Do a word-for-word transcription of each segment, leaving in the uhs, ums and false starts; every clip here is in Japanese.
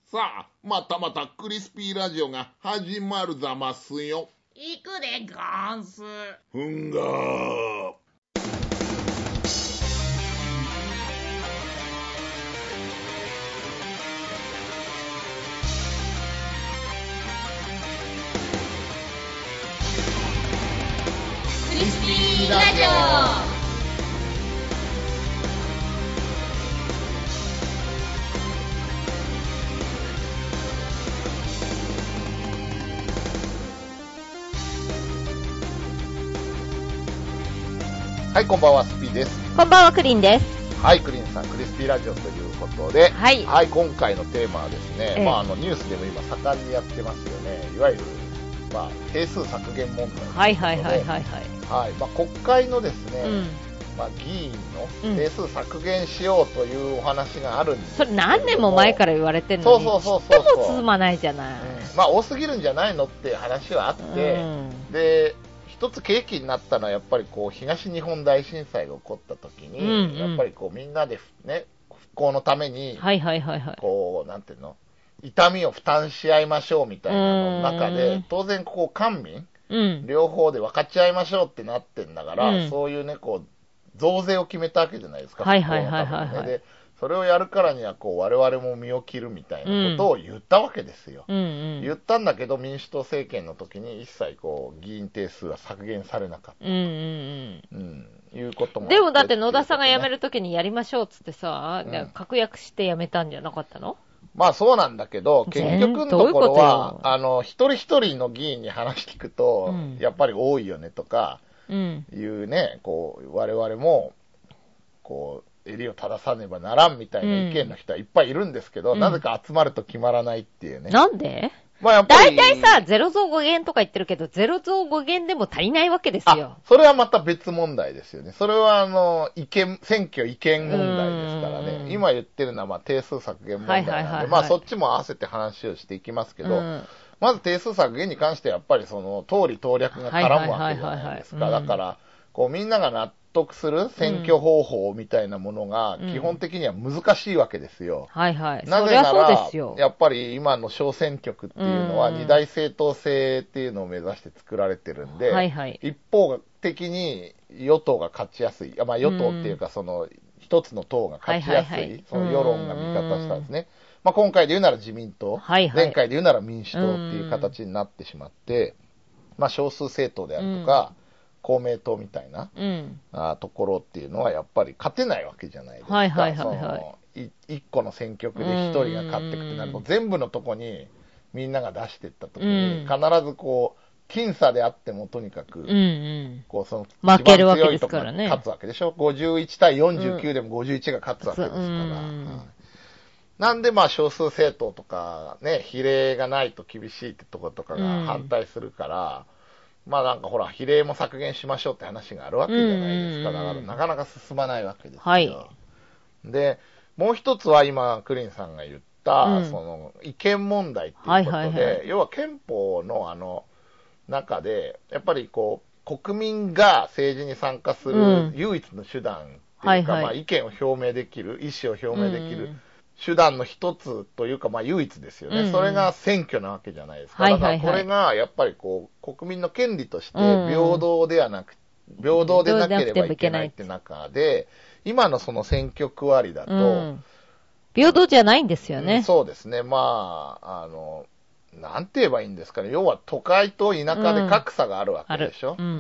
さあ、またまたクリスピーラジオが始まるざますよ。 行くでゴンス。 ふんがー。 クリスピーラジオ。 はい、こんばんは、スピーです。 こんばんは、クリンです。 はい、クリンさん、クリスピーラジオということで、 はい。 はい、今回のテーマはですね、 ええまあ、あの、ニュースでも今盛んにやってますよね。いわゆる、まあ、定数削減問題。 はいはいはいはいはい。 はい、まあ、国会のですね、 うん。 まあ、議員の定数削減しようというお話があるんですけども、 それ何年も前から言われてんのに、 そうそうそうそうちっとも進まないじゃない。 うん、まあ、多すぎるんじゃないのって話はあって、 うん、 で、一つ契機になったのはやっぱりこう東日本大震災が起こった時に、 うんうん、 やっぱりこうみんなでね、復興のために、 はいはいはいはい。 こう、なんていうの、痛みを負担し合いましょうみたいなの中で、当然こう官民、 うん、 両方で分かち合いましょうってなってんだから、 うん、 そういうね、こう、増税を決めたわけじゃないですか。 はいはいはいはい、はい。 で、それをやるからには、こう、我々も身を切るみたいなことを言ったわけですよ。 うんうん、 言ったんだけど、民主党政権の時に一切、こう、議員定数は削減されなかった。 うんうんうん。 うん。いうことも、 でもだって野田さんが辞める時にやりましょうっつってさ、 うん、 確約して辞めたんじゃなかったの？ まあそうなんだけど、結局のところは、あの、一人一人の議員に話聞くと、うん、やっぱり多いよねとか、いうね、こう、我々も、こう、襟を正さねばならんみたいな意見の人はいっぱいいるんですけど、うん、なぜか集まると決まらないっていうね。 なんで？ まあやっぱり。 大体さ、ゼロ増ご減とか言ってるけど、ゼロ増ご減でも足りないわけですよ。 それはまた別問題ですよね。それはあの、意見、選挙意見問題ですからね。今言ってるのはまあ定数削減問題なんで、はいはいはいはい、まあそっちも合わせて話をしていきますけど、うん、まず定数削減に関してはやっぱりその、通り党略が絡むわけじゃないですか。だから、こうみんなが納得する選挙方法みたいなものが基本的には難しいわけですよ。 うん、はいはい。 なぜなら、やっぱり今の小選挙区っていうのは二大政党制っていうのを目指して作られてるんで、 はいはい、 一方的に与党が勝ちやすい。まあ与党っていうかその一つの党が勝ちやすい。はいはいはい、その世論が味方したんですね。まあ今回で言うなら自民党、はいはい、前回で言うなら民主党っていう形になってしまって、まあ少数政党であるとか、うん公明党みたいな、うん、あところっていうのはやっぱり勝てないわけじゃないですか。 はいはいはいはい。 い、一個の選挙区で一人が勝っていくとなると、全部のとこにみんなが出していったときに、必ずこう、僅差であってもとにかく、うんうん、こうその、 負けるわけですからね。 勝つわけでしょ。ごじゅういち対よんじゅうきゅうでもごじゅういちが勝つわけですから。うんうんなんでまあ少数政党とかね、比例がないと厳しいってとことかが反対するから、うんまあなんかほら、比例も削減しましょうって話があるわけじゃないですか。だからなかなか進まないわけですよ。はい。で、もう一つは今、クリンさんが言った、うん、その、意見問題っていうことで、はいはいはい、要は憲法のあの、中で、やっぱりこう、国民が政治に参加する唯一の手段っていうか、うんはいはい、まあ意見を表明できる、意思を表明できる、うん手段の一つというか、まあ唯一ですよね、うんうん。それが選挙なわけじゃないですか。だからこれがやっぱりこう、国民の権利として平等ではなく、うん、平等でなければいけないって中で、今のその選挙区割りだと、うん、 平等じゃないんですよね、 うん。そうですね。まあ、あの、なんて言えばいいんですかね。要は都会と田舎で格差があるわけでしょ。うんうん、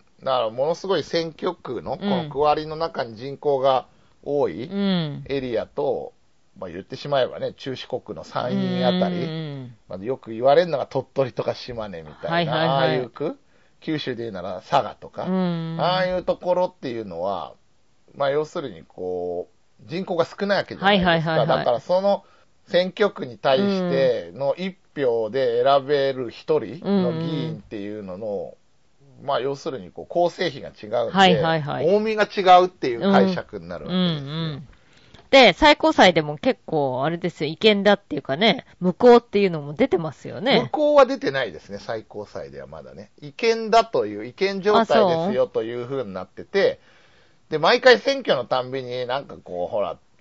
だからものすごい選挙区のこの区割りの中に人口が多いエリアと、まあ言ってしまえばね、中四国の山陰あたり、まあ、よく言われるのが鳥取とか島根みたいな、はいはいはい、ああいう区、九州で言うなら佐賀とか、ああいうところっていうのは、まあ要するにこう、人口が少ないわけじゃないですか。はいはいはいはい、だからその選挙区に対しての一票で選べる一人の議員っていうのの、まあ要するにこう構成比が違うんで、はいはいはい、重みが違うっていう解釈になるわけですよ。うんうんうんで、最高裁でも結構、あれですよ、違憲だっていうかね、無効っていうのも出てますよね。 無効は出てないですね、最高裁ではまだね。違憲だという、違憲状態ですよという風になってて、で、毎回選挙のたんびになんかこう、ほら、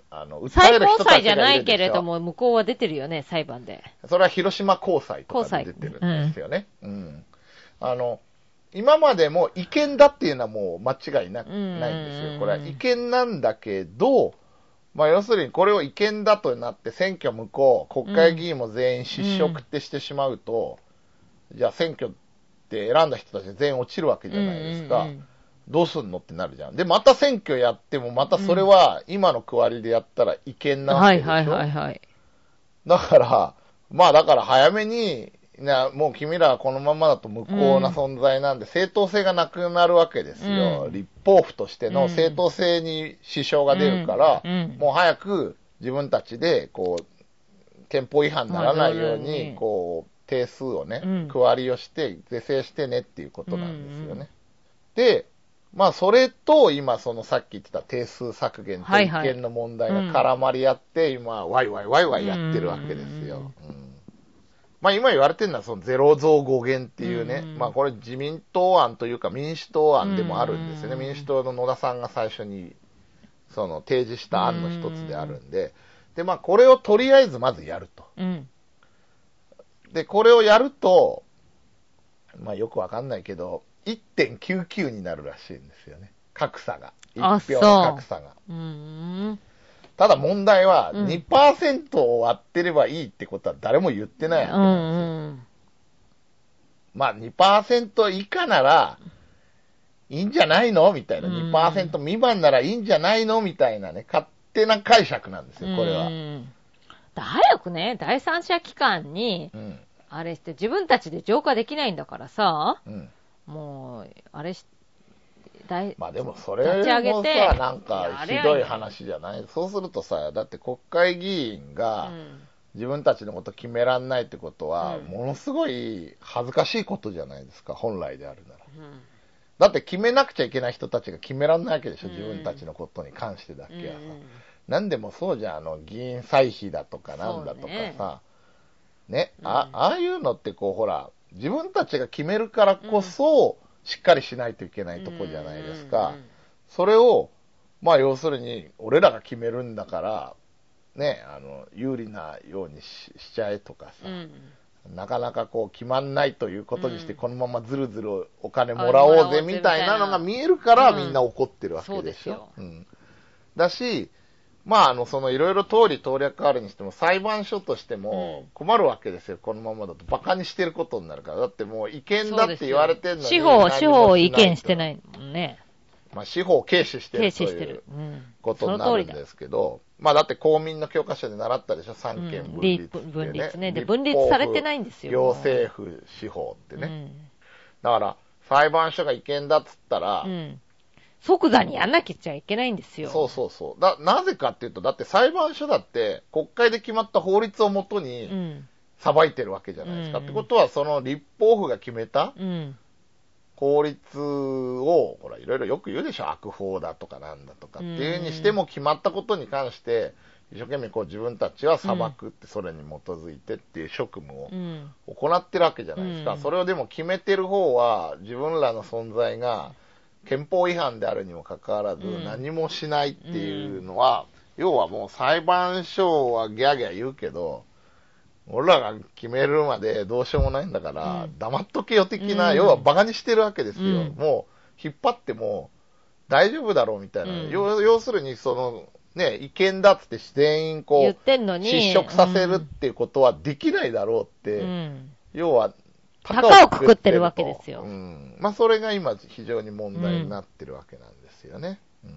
あの、訴最える人たちがいるでしょ。 高裁じゃないけれども、向こうは出てるよね、裁判で。 それは広島高裁とかで出てるんですよね。うん。うん、あの、今までも違憲だっていうのはもう間違いな、ないんですよ。これは違憲なんだけど、まあ要するにこれを違憲だとなって選挙無効、国会議員も全員失職ってしてしまうと、うん、じゃあ選挙って選んだ人たち全員落ちるわけじゃないですか。うんうんうん、どうすんのってなるじゃん。で、また選挙やってもまたそれは今の区割りでやったら違憲なわけでしょ。はいはいはいはい。だから、まあだから早めに、なもう君らはこのままだと無効な存在なんで、うん、正当性がなくなるわけですよ、うん。立法府としての正当性に支障が出るから、うんうん、もう早く自分たちで、こう、憲法違反にならないように、こう、定数をね、うん、区割りをして、是正してねっていうことなんですよね。うんうん、で、まあそれと今そのさっき言ってた定数削減と違憲の問題が絡まり合って、はいはい、今、ワイワイワイワイやってるわけですよ。うんうん、まあ今言われてるのはそのゼロ増ご減っていうね、うん、まあこれ自民党案というか民主党案でもあるんですよね。うん、民主党の野田さんが最初にその提示した案の一つであるんで、でまあこれをとりあえずまずやると。うん、で、これをやると、まあよくわかんないけど、いってんきゅうきゅう になるらしいんですよね。格差が。いち票の格差が。うーん、ただ問題は にパーセント を割ってればいいってことは誰も言ってないわけなんですよ。まあ にパーセント 以下ならいいんじゃないのみたいな。にパーセント 未満ならいいんじゃないのみたいなね。勝手な解釈なんですよ、これは。 早くね、第三者機関に、あれして自分たちで浄化できないんだからさ、うん、もう、あれし、 まあでもそれもさ、なんかひどい話じゃない。そうするとさ、だって国会議員が自分たちのこと決めらんないってことは、ものすごい恥ずかしいことじゃないですか、本来であるなら。うん、だって決めなくちゃいけない人たちが決めらんないわけでしょ、自分たちのことに関してだけはさ。うん、なんでもそうじゃん、あの、議員歳費だとかなんだとかさ、ね、ね、うん、あ、ああいうのってこうほら、自分たちが決めるからこそ、うんしっかりしないといけないとこじゃないですか。それを、まあ要するに、俺らが決めるんだから、ね、あの、有利なように し, しちゃえとかさ、うん、なかなかこう決まんないということにして、うん、このままずるずるお金もらおうぜみたいなのが見えるから、みんな怒ってるわけでしょ。うん、うん、だし、まあ、あの、そのいろいろ通り通略あるにしても、裁判所としても困るわけですよ。うん、このままだと馬鹿にしてることになるから。だってもう違憲だって言われてるのに。 司法、司法を違憲してないもんね。 まあ、司法を軽視してるということになるんですけど、うん、まあ、だって公民の教科書で習ったでしょ、三権分立って、ね、 うん、分立ね。で、分立されてないんですよ。 行政府司法ってね。うん、だから、裁判所が違憲だっつったら、うん即座にやんなきゃいけないんですよ。 そうそうそう。だ、なぜかっていうと、だって裁判所だって国会で決まった法律をもとに裁いてるわけじゃないですか。うん、ってことは、その立法府が決めた法律を、ほら、いろいろよく言うでしょ。悪法だとかなんだとかっていうにしても決まったことに関して、一生懸命こう自分たちは裁くってそれに基づいてっていう職務を行ってるわけじゃないですか。うん、それをでも決めてる方は自分らの存在が憲法違反であるにもかかわらず何もしないっていうのは、うん、要はもう裁判所はギャーギャー言うけど、俺らが決めるまでどうしようもないんだから、うん、黙っとけよ的な、うん、要はバカにしてるわけですよ。うん、もう引っ張っても大丈夫だろうみたいな。うん、要, 要するにその、ね、違憲だっつって全員こう、 言ってんのに失職させるっていうことはできないだろうって、要は、 高をくくってるわけですよ。 うん。まあ、それが今非常に問題になってるわけなんですよね。うん。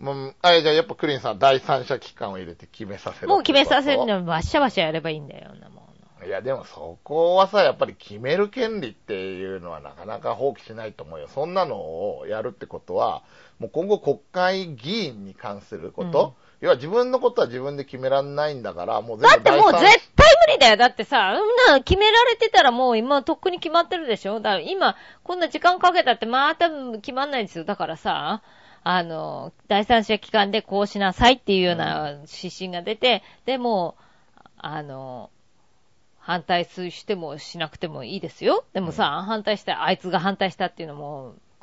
もう、あれじゃあやっぱクリンさん第三者機関を入れて決めさせる。 もう決めさせるのはバッシャバシャやればいいんだよなもん。いやでもそこはさ、やっぱり決める権利っていうのはなかなか放棄しないと思うよ。そんなのをやるってことは、もう今後国会議員に関すること、うん、要は自分のことは自分で決めらんないんだから、もう全部だってもう絶対無理だよ。だってさ、そんな決められてたらもう今とっくに決まってるでしょ。だから今、こんな時間かけたってまた決まんないんですよ。だからさ、あの、第三者機関でこうしなさいっていうような指針が出て、うん、でも、あの、反対してもしなくてもいいですよ。でもさ、うん、反対した、あいつが反対したっていうのも、国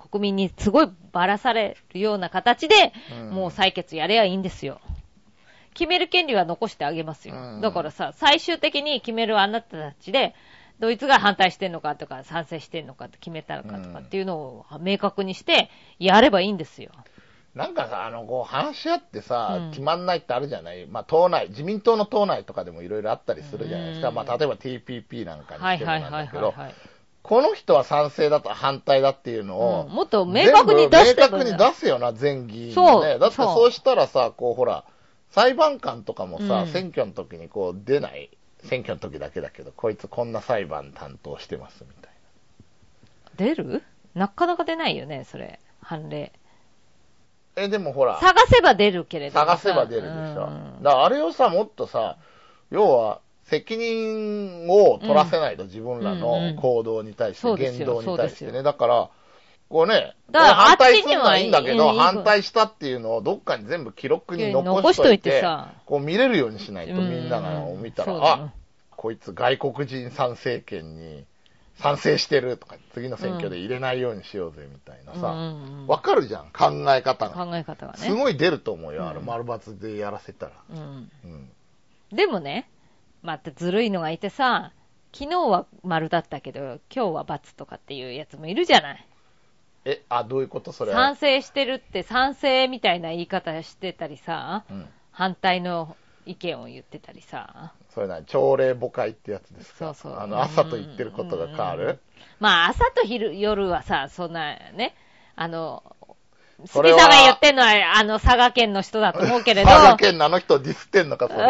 国民にすごいばらされるような形で、 うん、 もう採決やればいいんですよ。決める権利は残してあげますよ。 うん、 だからさ、最終的に決めるあなたたちで、ドイツが反対してんのかとか、賛成してんのかって決めたのかとかっていうのを明確にして、やればいいんですよ。 なんかさ、あの、こう、話し合ってさ、 うん、 決まんないってあるじゃない。まあ、党内、自民党の党内とかでもいろいろあったりするじゃないですか。まあ、例えば ティーピーピー なんかにしてもなんだけど、この人は賛成だと反対だっていうのを、 うん、もっと明確に出して明確に出すよな、全議員のね。だってそうしたらさ、こう、ほら、裁判官とかもさ、うん、選挙の時にこう出ない。選挙の時だけだけど、こいつこんな裁判担当してますみたいな。出る？なかなか出ないよね、それ。判例。 え、でもほら。 探せば出るけれど。 探せば出るでしょ。うん、だからあれをさ、もっとさ、要は、責任を取らせないと、うん、自分らの行動に対して、うんうん、言動に対してね。だから、こうね、 だから反対するのはいいんだけど、反対したっていうのをどっかに全部記録に残しといて、残しといてさ、こう見れるようにしないと、みんなが見たら、あ、こいつ外国人参政権に賛成してるとか、次の選挙で入れないようにしようぜみたいなさ、わ、うんうん、かるじゃん、考え方が。 考え方がね。 すごい出ると思うよ、あれ、丸抜でやらせたら。 うんうん、でもね、またずるいのがいてさ、昨日は丸だったけど、今日は×とかっていうやつもいるじゃない。 え、あ、どういうことそれ？ 賛成してるって賛成みたいな言い方してたりさ、うん、反対の意見を言ってたりさ。 それなに朝令暮改ってやつですか？そうそう。あの、朝と言ってることが変わる？ まあ、朝と昼、夜はさ、そんなね、あの、好きさが言ってんのは、あの、佐賀県の人だと思うけれど。 佐賀県のあの人をディスってんのか、それ。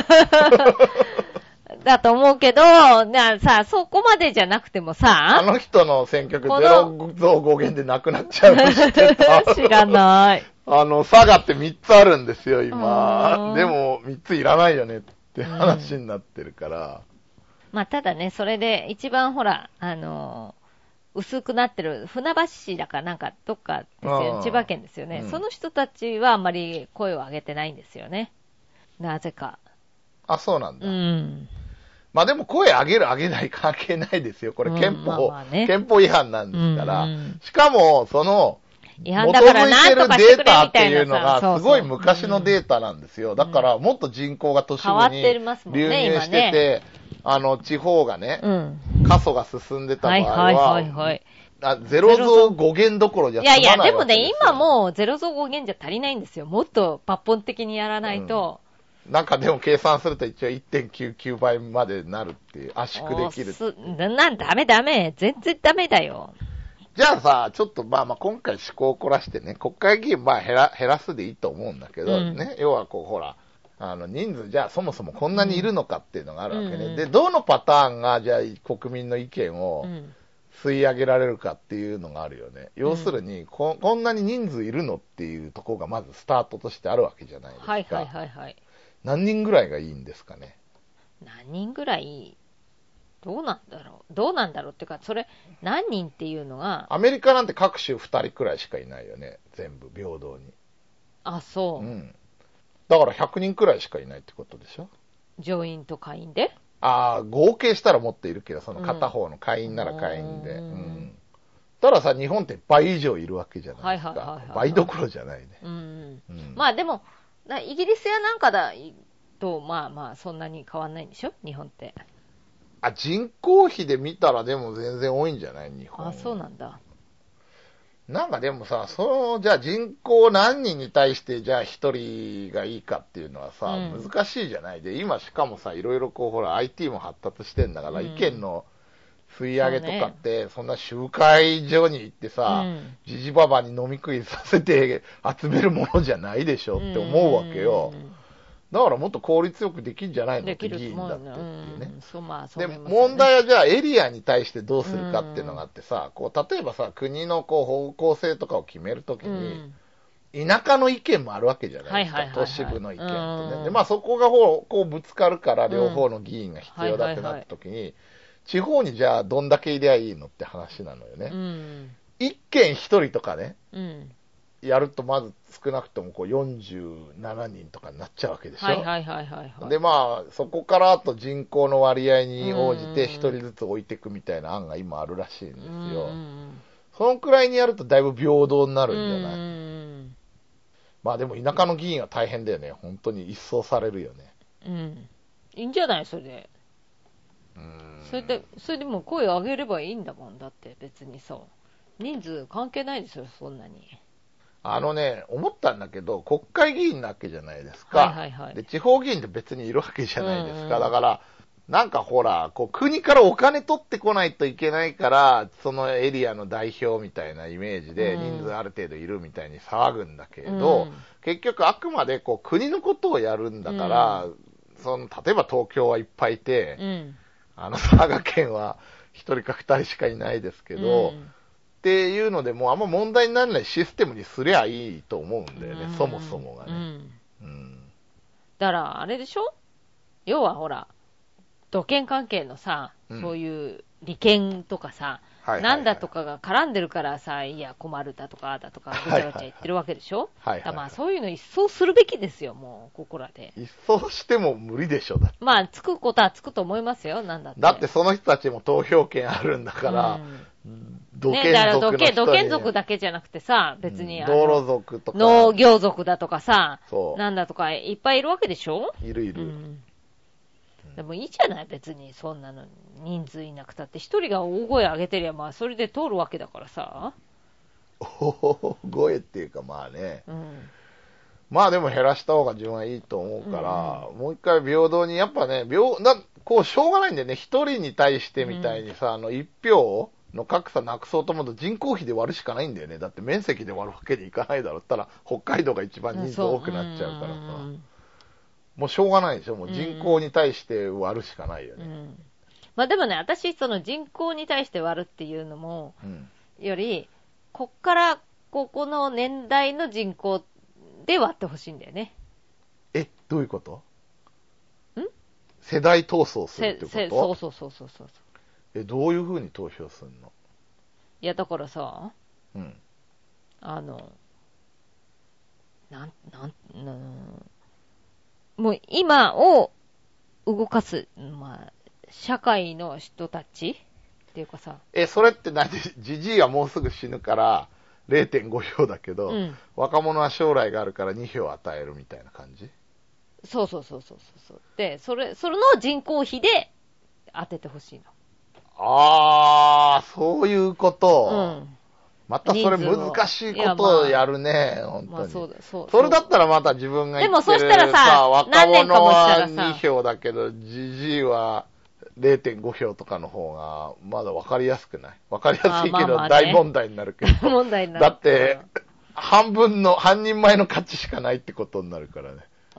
だと思うけど、なさ、そこまでじゃなくてもさ。 あの人の選挙区ゼロ増語源でなくなっちゃうの知ってた？ 知らない。 あの、佐賀ってみっつあるんですよ、今。でも、みっついらないよねって話になってるから。 まあ、ただね、それで一番ほら、あの、薄くなってる、船橋市だかなんかどっかですよ、千葉県ですよね、うん。その人たちはあんまり声を上げてないんですよね。なぜか。 あ、そうなんだ。 うん。 まあでも声上げる上げない関係ないですよ。これ憲法、うんまあまあね、憲法違反なんですから。うんうん、しかも、その、 違反だからなんとかしてくれみたいなさ。 元づいてるデータっていうのがすごい昔のデータなんですよ。だからもっと人口が都市部に流入してて、あの、地方がね、うん、過疎が進んでた場合は、はいはいはいはい、あゼロ増ご減どころじゃ済まないわけですよ。 いやいや、でもね、今もうゼロ増ご減じゃ足りないんですよ。もっと抜本的にやらないと。 うんなんかでも計算すると一応 いってんきゅうきゅう 倍までなるっていう、圧縮できるっていう。 なん、ダメダメ。全然ダメだよ。 じゃあさ、ちょっとまあまあ今回思考を凝らしてね、国会議員まあ減ら、減らすでいいと思うんだけどね、うん、要はこうほら、あの人数じゃあそもそもこんなにいるのかっていうのがあるわけね。うん、で、どのパターンがじゃあ国民の意見を吸い上げられるかっていうのがあるよね。要するにこ、こんなに人数いるのっていうところがまずスタートとしてあるわけじゃないですか。 はいはいはいはい。 何人ぐらいがいいんですかね。 何人ぐらいどうなんだろうどうなんだろうっていうか、それ何人っていうのが。 アメリカなんて各州ふたりくらいしかいないよね。全部平等に。 あ、そう。 うん。だからひゃくにんくらいしかいないってことでしょ。 上院と下院で？ ああ、合計したらもっといるけど、その片方の下院なら下院で。うん。うん、たださ、日本って倍以上いるわけじゃないですか。はいはいはいはい、倍どころじゃないね。 うん。うん、まあでも、イギリスやなんかだと、まあまあ、そんなに変わんないんでしょ日本って。 あ、人口比で見たらでも全然多いんじゃない日本。 あ、そうなんだ。 なんかでもさ、その、じゃあ人口何人に対して、じゃあ一人がいいかっていうのはさ、うん、難しいじゃないで、今しかもさ、いろいろこう、ほら、アイティー も発達してんだから、うん、意見の吸い上げとかって、そんな集会所に行ってさ、じじばばに飲み食いさせて集めるものじゃないでしょって思うわけよ。だからもっと効率よくできんじゃないのって議員だってっていうね。 そうまあ、 で、問題はじゃあエリアに対してどうするかっていうのがあってさ、こう例えばさ、国のこう方向性とかを決めるときに、田舎の意見もあるわけじゃないですか、都市部の意見とね。で、まあそこがこうぶつかるから両方の議員が必要だってなったときに、地方にじゃあどんだけいりゃいいのって話なのよね。うん、一軒一人とかね、うん、やるとまず少なくともこうよんじゅうななにんとかになっちゃうわけでしょ。 はいはいはいはい、はい。 でまあそこからあと人口の割合に応じて一人ずつ置いていくみたいな案が今あるらしいんですよ。うん、 そのくらいにやるとだいぶ平等になるんじゃない？ うん。 まあでも田舎の議員は大変だよね。本当に一掃されるよね。 うん。いいんじゃないそれで。 うーん。 それで、それでも声を上げればいいんだもん。だって別にそう。人数関係ないですよ、そんなに。 あのね、思ったんだけど、国会議員なわけじゃないですか。 はいはいはい。 で、地方議員って別にいるわけじゃないですか。 うんうん、 だから、なんかほら、こう国からお金取ってこないといけないから、そのエリアの代表みたいなイメージで、人数ある程度いるみたいに騒ぐんだけれど、うん、結局あくまでこう国のことをやるんだから、うん、その例えば東京はいっぱいいて、うん、あの佐賀県は一人か二人しかいないですけど、うんっていうので、もうあんま問題にならないシステムにすりゃいいと思うんだよね、うん、そもそもがね。うんうん、 だから、あれでしょ？要はほら、土建関係のさ、うん、そういう利権とかさ、はいはいはい、なんだとかが絡んでるからさ、いや困るだとか、だとか、ぐちゃぐちゃ言ってるわけでしょ？はいはいはい、だからまあそういうの一掃するべきですよ、もう、ここらで。 一掃しても無理でしょ、だって。 まあ、つくことはつくと思いますよ、なんだって。 だってその人たちも投票権あるんだから、うん、土建族の人に、ね、だから土建、 土建族だけじゃなくてさ、別に、うん、 道路族とか、 農業族だとかさ、なんだとかいっぱいいるわけでしょ？ いるいる。 うんでもいいじゃない別にそんなの人数いなくたって一人が大声上げてりゃまあそれで通るわけだからさ。 大声っていうかまあね、うん、まあでも減らした方が自分はいいと思うから、うん、もう一回平等にやっぱね平だこうしょうがないんだよね。一人に対してみたいにさ、うん、あの一票の格差なくそうと思うと人口比で割るしかないんだよね。だって面積で割るわけにいかないだろうったら北海道が一番人数多くなっちゃうからさ。うんもうしょうがないでしょ。もう人口に対して割るしかないよね。うん、 まあでもね、私、その人口に対して割るっていうのも、うん、より、こっからここの年代の人口で割ってほしいんだよね。 え、どういうこと？ん？世代闘争するってこと？ そうそうそうそうそう。 え、どういう風に投票するの？ いや、だからさ、うん。あの、なん、なん、なん、もう今を動かす、まあ、社会の人たちっていうかさ。 え、それって何？じじいはもうすぐ死ぬから れいてんご 票だけど、うん、若者は将来があるからに票与えるみたいな感じ？ そうそうそうそうそう。で、それ、それの人口比で当ててほしいの。 あー、そういうこと。うん。またそれ難しいことをやるね、まあ、本当に。まあそうだ、そう。それだったらまた自分が言ってる。 でもそしたらさ、 若者はに票だけど、じじいは れいてんご 票とかの方が、まだ分かりやすくない？分かりやすいけど、大問題になるけど。 大問題になる。 だって、半分の、半人前の価値しかないってことになるからね。うん。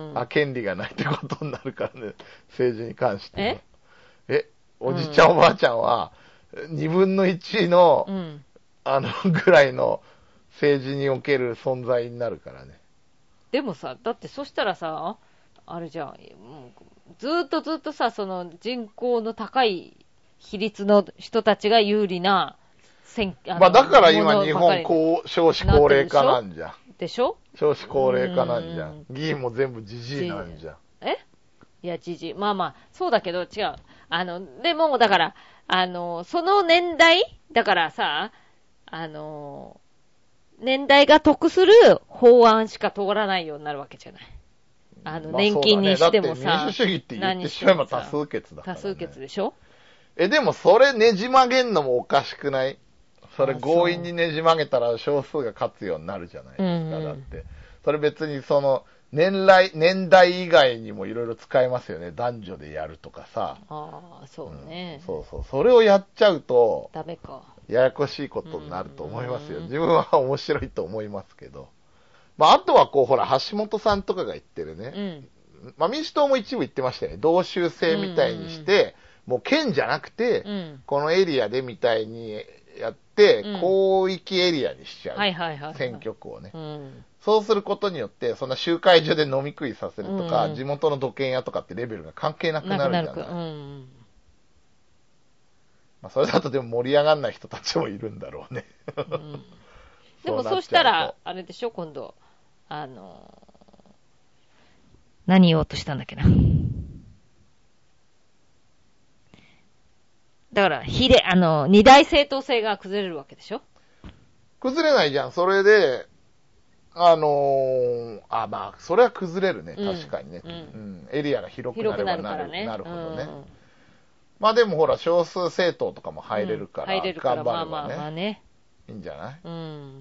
あ、権利がないってことになるからね、政治に関しては。え？え、おじちゃん、うん、おばあちゃんは、にぶんのいちの、うんあのぐらいの政治における存在になるからね。 でもさ、だってそしたらさ、あれじゃん、ずーっとずっとさ、その人口の高い比率の人たちが有利な選挙。 まあだから今日本こう少子高齢化なんじゃん。 でしょ？ 少子高齢化なんじゃん。議員も全部じじいなんじゃん。 え？いや、じじい。まあまあ、そうだけど違う。あの、でもだから、あの、その年代だからさ、あのー、年代が得する法案しか通らないようになるわけじゃない。あの、年金にしてもさ。 まあね、民主主義って言ってしまえば多数決だから、ね。 多数決でしょ？ え、でもそれねじ曲げんのもおかしくない？それ強引にねじ曲げたら少数が勝つようになるじゃないですか。うんうん、だって。それ別にその、年代、年代以外にもいろいろ使えますよね。男女でやるとかさ。 ああ、そうね、 うん。そうそう。それをやっちゃうと。 ダメか。 ややこしいことになると思いますよ。自分は面白いと思いますけど。まあ、あとはこう、ほら、橋本さんとかが言ってるね。うん、まあ、民主党も一部言ってましたよね。同州制みたいにして、もう県じゃなくて、うん、このエリアでみたいにやって、うん、広域エリアにしちゃう。はいはいはいはい、選挙区をね、うん。そうすることによって、そんな集会所で飲み食いさせるとか、うん、地元の土建屋とかってレベルが関係なくなるじゃない。なくなるうんまあ、それだとでも盛り上がんない人たちもいるんだろうね。うん、 でもそうしたら、あれでしょ、今度。あのー、何言おうとしたんだっけな。 だから、比例、あの、二大正当性が崩れるわけでしょ？ 崩れないじゃん。それで、あのー、あ、まあ、それは崩れるね。確かにね。 うん。うんうん、エリアが広くなればなる。 広くなるからね。 なるほどね。 うん、 まあでもほら、少数政党とかも入れるから、 うん、入れるから、 頑張ればね。 まあまあまあね。 いいんじゃない？ うん。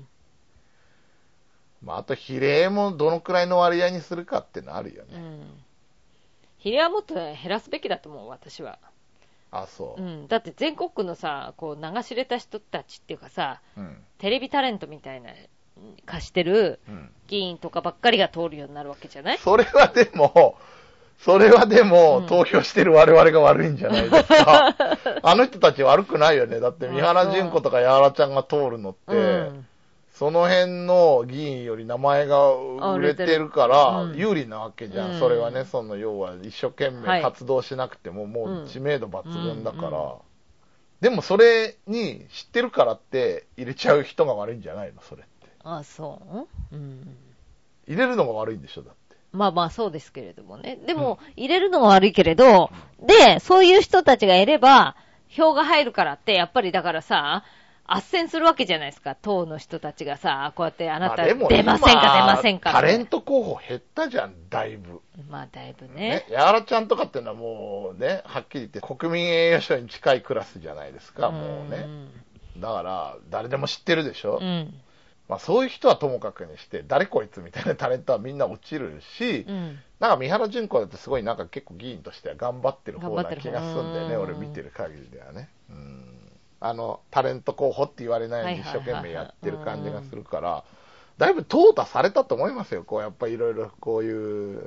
まあ、あと比例もどのくらいの割合にするかってのあるよね。 うん。比例はもっと減らすべきだと思う、私は。 あ、そう。 うん。だって全国区のさ、こう流し入れた人たちっていうかさ、 うん、 テレビタレントみたいな、貸してる議員とかばっかりが通るようになるわけじゃない？ それはでも、それはでも、うん、投票してる我々が悪いんじゃないですか。あの人たち悪くないよね。だって三原純子とかやわらちゃんが通るのって、うん、その辺の議員より名前が売れてるから有利なわけじゃん。うん、それはね、その要は一生懸命活動しなくてももう知名度抜群だから。うんうんうん、でもそれに知ってるからって入れちゃう人が悪いんじゃないのそれって。 あ、そう、うん、 入れるのが悪いんでしょだって。 まあまあそうですけれどもね。でも、うん、入れるのが悪いけれど、で、そういう人たちがいれば、票が入るからって、やっぱりだからさ、斡旋するわけじゃないですか。党の人たちがさ、こうやってあなた出ませんか出ませんか。 タレント候補減ったじゃん、だいぶ。 まあだいぶね。 ね、やわらちゃんとかっていうのはもうね、はっきり言って国民栄誉賞に近いクラスじゃないですか、もうね。だから、誰でも知ってるでしょ。うん、まあそういう人はともかくにして、誰こいつみたいなタレントはみんな落ちるし、うん、なんか三原純子だってすごいなんか結構議員としては頑張ってる方な気がするんだよね、俺見てる限りではね。うん、あの、タレント候補って言われないように一生懸命やってる感じがするから、だいぶ淘汰されたと思いますよ。こうやっぱいろいろこういう、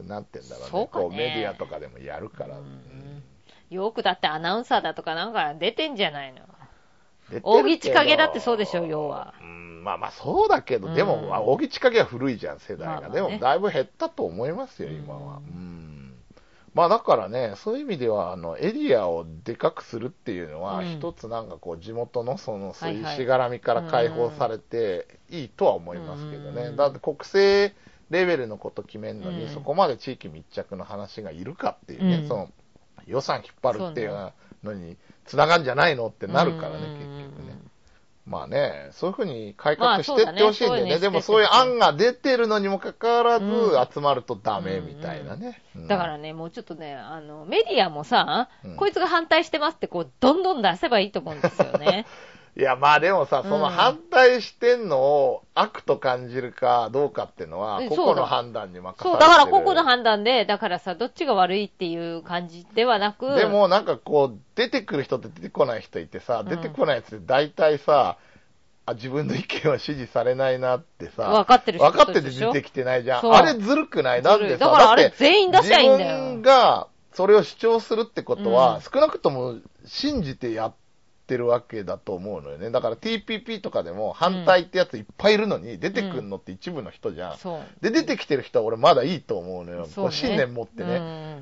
なんて言うんだろうね。そうかね、こうメディアとかでもやるから。うん、 よくだってアナウンサーだとかなんか出てんじゃないの。大木千景だってそうでしょ、要は。 うん、まあまあそうだけど、でも、大木千景は古いじゃん、世代が。まあまあね、でもだいぶ減ったと思いますよ、今は。うん、まあだからね、そういう意味では、あの、エリアをでかくするっていうのは、うん、一つなんかこう、地元のその、そういうしがらみから解放されていいとは思いますけどね。うん、だって国政レベルのこと決めるのに、うん、そこまで地域密着の話がいるかっていうね、うん、その、予算引っ張るっていうのに、つながるんじゃないのってなるからね、結局ね。まあね、そういうふうに改革してってほしいんだよね。まあ、でもそういう案が出てるのにもかかわらず集まるとダメみたいなね。 うんうんうん、だからね、もうちょっとね、あの、メディアもさ、うん、こいつが反対してますってこう、どんどん出せばいいと思うんですよね。 いや、まあでもさ、その反対してんのを悪と感じるかどうかっていうのは、個々の判断に任されてる。 そう、だから個々の判断で、だからさ、どっちが悪いっていう感じではなく。 でもなんかこう、出てくる人って出てこない人いてさ、出てこないやつって大体さ、あ、自分の意見は支持されないなってさ、 分かってる人分かってて出てきてないじゃん。あれずるくない？なんでさ、 だからあれ全員出しゃいいんだよ。 自分がそれを主張するってことは、うん、少なくとも信じてやってるわけだと思うのよね。だから ティーピーピー とかでも反対ってやついっぱいいるのに、出てくんのって一部の人じゃん。うん、で、出てきてる人は俺まだいいと思うのよ。こう信念持ってね、うん、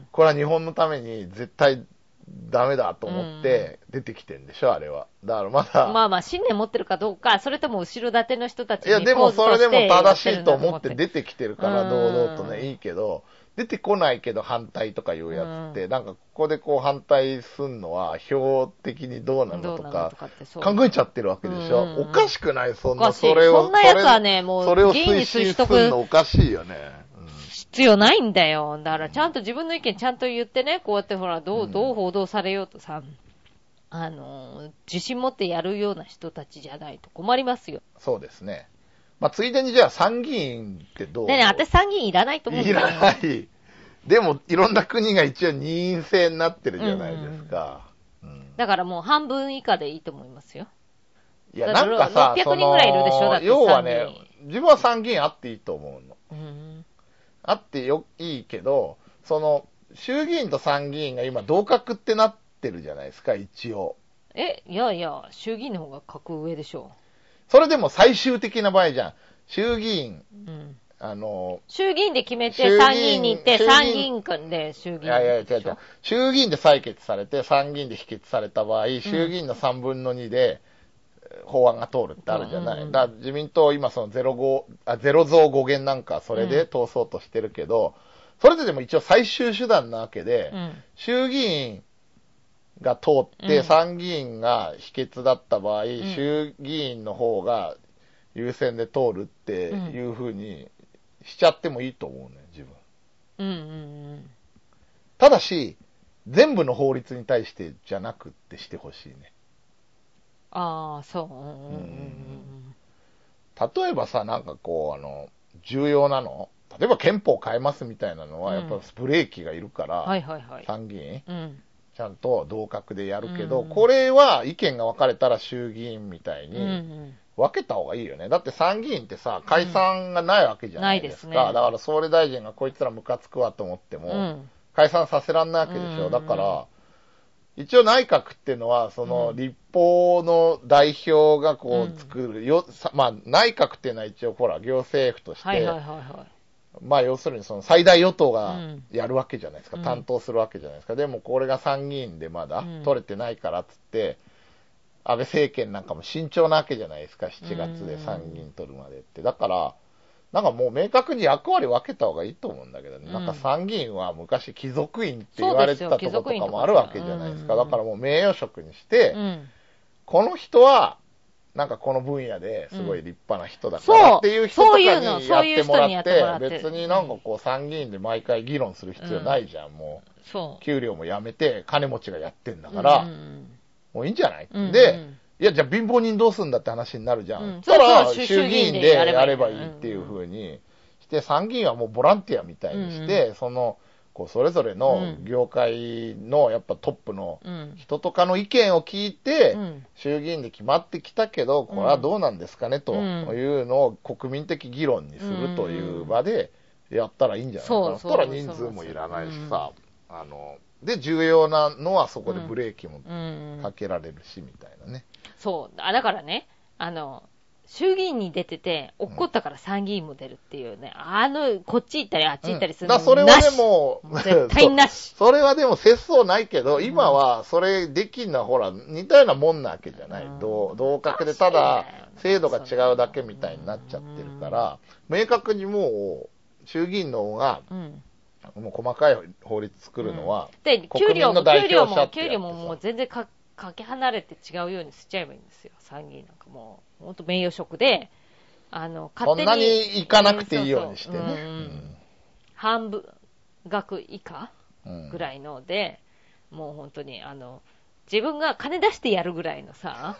これは日本のために絶対ダメだと思って出てきてんでしょ、あれは。だからまだ。 まあまあ、信念持ってるかどうか、それとも後ろ盾の人たちに。 いや、でもそれでも正しいと思って出てきてるから、堂々とね、いいけど、出てこないけど反対とかいうやつって、なんかここでこう反対すんのは、票的にどうなのとか、考えちゃってるわけでしょ。おかしくない？そんな、それを。 そんなやつはね、もう、 それを推進するのおかしいよね。 必要ないんだよ。だからちゃんと自分の意見ちゃんと言ってね、こうやってほら、どう、どう報道されようとさ、あの、自信持ってやるような人たちじゃないと困りますよ。 そうですね。まあ、ついでにじゃあ参議院ってどう？ ねえねえ、私参議院いらないと思うんだよ。 いらない。でも、いろんな国が一応二院制になってるじゃないですか。 うんうん、だからもう半分以下でいいと思いますよ。 いや、なんかさ、 ろっぴゃくにんぐらいいるでしょ、だって要はね、自分は参議院あっていいと思うの。 うんあってよ、いいけど、その、衆議院と参議院が今同格ってなってるじゃないですか、一応。 え、いやいや、衆議院の方が格上でしょう。それでも最終的な場合じゃん。衆議院、 うん、 あの、 衆議院で決めて参議院に行って、参議院で衆議院。いやいや、違う違う。 衆議院で採決されて、参議院で否決された場合、衆議院のさんぶんのにで、法案が通るってあるじゃない。うんうん、だから自民党今そのゼロご、あ、ゼロ増ご減なんかそれで通そうとしてるけど、うん、それででも一応最終手段なわけで、うん、衆議院が通って、 うん参議院が否決だった場合、 ん衆議院の方が優先で通るっていう風にしちゃってもいいと思うね、自分。 うんうんうん。 ただし、全部の法律に対してじゃなくってしてほしいね。 ああ、そう。うんうんうんうん例えばさ、なんかこう、あの、重要なの、例えば憲法変えますみたいなのは、やっぱブレーキがいるから、 はいはいはい。 参議院、 うん。 ちゃんと同格でやるけど、 うんこれは意見が分かれたら衆議院みたいうんうにん。 分けた方がいいよね。だって参議院ってさ、解散がないわけじゃないですか。 うんないですねだから総理大臣がこいつらムカつくわと思っても、 うん解散させらんないわけでしょ。 うんだから、一応内閣っていうのは、そのうん立法の代表がこうんう作るよ、さまあ内閣っていうのは一応ほら行政府として、 はいはいはいはい。 まあ要するにその最大与党がうんやるわけじゃないですか、 うん担当するわけじゃないですか。でもこれが参議院でまだうん取れてないからっつって、安倍政権なんかも慎重なわけじゃないですか、しちがつで参議院取るまでって。だから、なんかもう明確に役割分けた方がいいと思うんだけどね、 うんなんか参議院は昔貴族院って言われてたとことかもあるわけじゃないですか。だからもう名誉職にして、 うんこの人は、なんかこの分野ですごい立派な人だかそうらっていう人とかにやってもそういうのらっそういう人にやってもらってて、別になんかこう参議院で毎回議論する必要ないじゃん、もう。 そう。 給料もやめて金持ちがやってんだから、 うんうんもういいんじゃない、 うんうんで、いやじゃあ貧乏人どうすんだって話になるじゃん。 うんそしたらそうそう衆議院で衆議院でややればればいいいいっていう風にして、参議院はもうボランティアみたいにして、 うんその、こうそれぞれの業界のやっぱトップのうん人とかの意見を聞いて、 うん衆議院で決まってきたけど、これはどうなんですかねというのを国民的議論にするという場でやったらいいんじゃないかな。 そうそしたら人数もいらないしさ、あの、で、重要なのはそこでブレーキもうんかけられるし、みたいなね。 そう。あ、だからね、あの、衆議院に出てて、落っこったから参議院も出るっていうね、あの、こっち行ったりあっち行ったりするのだからそれはでなしも、 絶対なし。 そそれはでも節操ないけど、今はそれできんのはほら、似たようなもんなわけじゃない。 うん同同格でただ、制度が違うだけみたいになっちゃってるから、明確にもう、衆議院の方が、 うん。 もう細かい法律作るのは、 で、給国民の料も、 代表者給料も、 ってやってさ給料ももう全然か、かけ離れて違うようにしちゃえばいいんですよ。参議院なんかもう、ほんと名誉職で、あの、 そ勝手に。 んなに行かなくていいようにしてね。 そうそううん半分、額以下うんぐらいので、もう本当に、あの、自分が金出してやるぐらいのさ、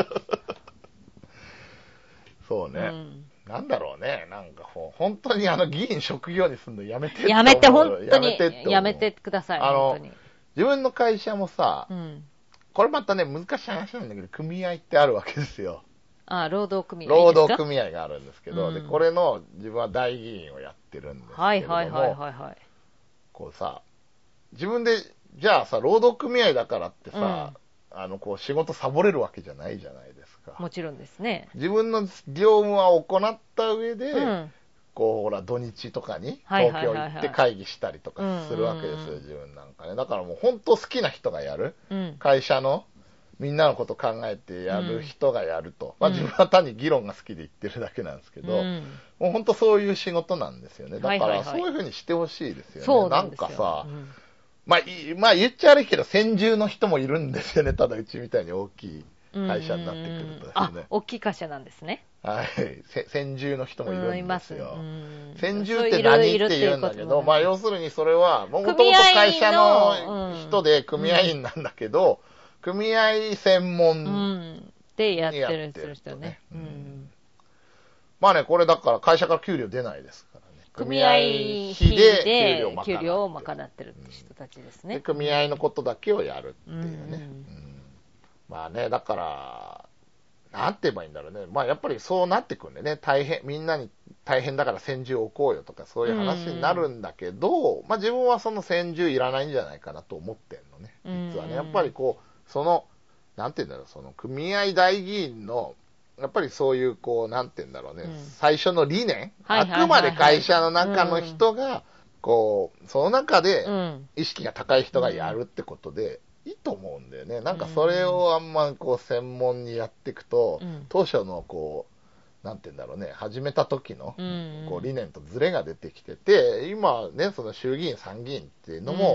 そうね。 うんなんだろうね。なんかこう、本当にあの議員職業にするのやめてって思うやめて、本当にやめてって思うやめてください、 あの本当に。 自分の会社もさ、 うん。 これまたね、難しい話なんだけど、組合ってあるわけですよ。 あ、労働組合労ですか。 働組合があるんですけど、 うんで、これの自分は代議員をやってるんですけれども、 はいはいはいはいはい。 こうさ、自分で、じゃあさ、労働組合だからってさ、あの、こう仕事サボれるわけじゃないじゃないですか。 もちろんですね。 自分の業務は行った上で、 うん。 こう、ほら、土日とかにはい東京はいはいはい行って会議したりとかするわけですよ、 うん自分なんかね。だからもう本当好きな人がやる。 うん。 会社のみんなのこと考えてやる人がやると。まあうん自分は単に議論が好きで言ってるだけなんですけど、 うんもう本当そういう仕事なんですよね。だからはいはいはいそういうふうにしてほしいですよね。 そうなんですよ。 なんかさ、 うんまあ、いまあ言っちゃ悪いけど、専従の人もいるんですよね。ただうちみたいに大きい会社になってくるとですあね、。 大きい会社なんですね。 はい。せ専従の人もいるうんいんます。 ですよ。 うん専従って何って言うんだけど、まあ要するにそれは、もともと会社の人で組合員なんだけど、組合専う門、 ん。でやってるやってる人ね。 ううんん。 まあね、これだから会社から給料出ないですからね。 組合費費でで給給料を賄ってる人たちですで、 ね。 組合のことだけをやるっていうね。 うんうんまあね、だから、なんて言えばいいんだろうね。まあやっぱりそうなってくんでね、大変、みんなに大変だから専従置こうよとかそういう話になるんだけど、まあ自分はその専従いらないんじゃないかなと思ってんのね。実はね、やっぱりこう、その、なんて言うんだろう、その組合代議員の、やっぱりそういうこう、なんて言うんだろうね、 うん最初の理念、 はいはいはいはいあくまで会社の中の人が、こう、その中でうん。 意識が高い人がやるってことで、いいと思うんだよね。なんかそれをあんまこう専門にやっていくと、 うん当初のこう、なんて言うんだろうね、始めた時のうんうんこう理念とズレが出てきてて、今ね、その衆議院、参議院っていうのも、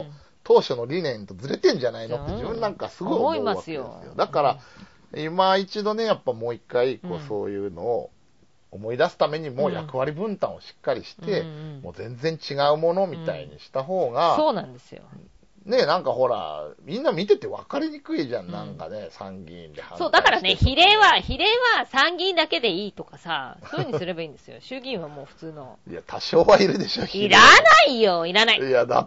当初の理念とずれてんじゃないのって自分なんかすごい思うわけですよ。 思いますよ。 だから、今一度ね、やっぱもう一回、こう、そういうのを思い出すためにも役割分担をしっかりして、 うん、 もう全然違うものみたいにした方が、 うん、そうなんですよ。 ね、なんかほら、みんな見てて分かりにくいじゃん、うん、なんかね、参議院でそう、だからね、比例は、比例は参議院だけでいいとかさ、そういう風にすればいいんですよ。衆議院はもう普通の。 いや、多少はいるでしょ、 いらないよ、いらない。 いや、だって、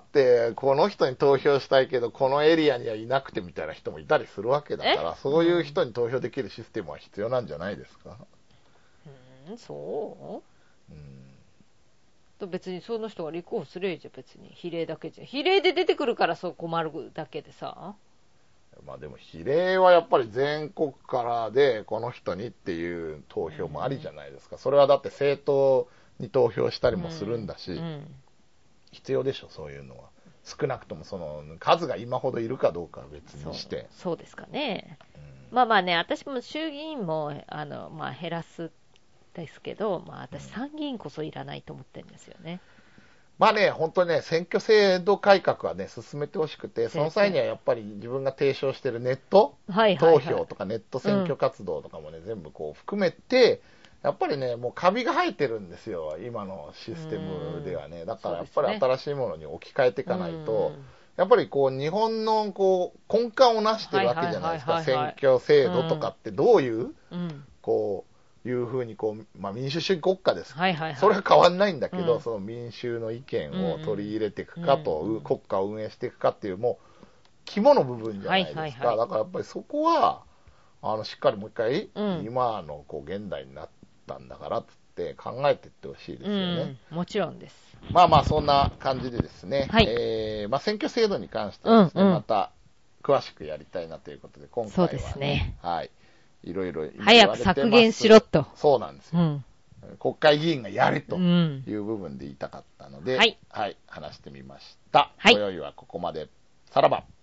この人に投票したいけど、このエリアにはいなくてみたいな人もいたりするわけだから、そういう人に投票できるシステムは必要なんじゃないですか。 うん、そううん別にその人が立候補すればいいじゃん、別に。比例だけじゃん。比例で出てくるからそう困るだけでさ。 まあでも比例はやっぱり全国からでこの人にっていう投票もありじゃないですか。それはだって政党に投票したりもするんだし、うんうん、必要でしょ、そういうのは。少なくともその数が今ほどいるかどうかは別にして。 そう、そうですかね。うん、まあまあね、私も衆議院もあの、まあ、減らすですけど、まあ、私参議院こそいらないと思ってるんですよね。 まあね、本当にね、選挙制度改革はね、進めてほしくて、その際にはやっぱり自分が提唱しているネット投票とかネット選挙活動とかもね、うん、全部こう含めて、やっぱりね、もうカビが生えてるんですよ、今のシステムではね。だからやっぱり新しいものに置き換えていかないと、やっぱりこう日本のこう根幹をなしてるわけじゃないですか。選挙制度とかってどういう、うん、こう、いうふうにこう、まあ、民主主義国家です、はいはいはい、それは変わんないんだけど、うん、その民衆の意見を取り入れていくかと、うんうん、国家を運営していくかっていうもう肝の部分じゃないですか、はいはいはい、だからやっぱりそこはあのしっかりもう一回、うん、今のこう現代になったんだからって考えていってほしいですよね、 うん、もちろんです。 まあまあそんな感じでですね、はい、えーまあ、選挙制度に関してはですね、うんうん、また詳しくやりたいなということで今回は、ね、 そうですね、 はいいろいろ早く削減しろと。 そうなんですよ、うん。国会議員がやれという部分で言いたかったので、うん、はい、はい、話してみました。はい、今宵はここまで。さらば。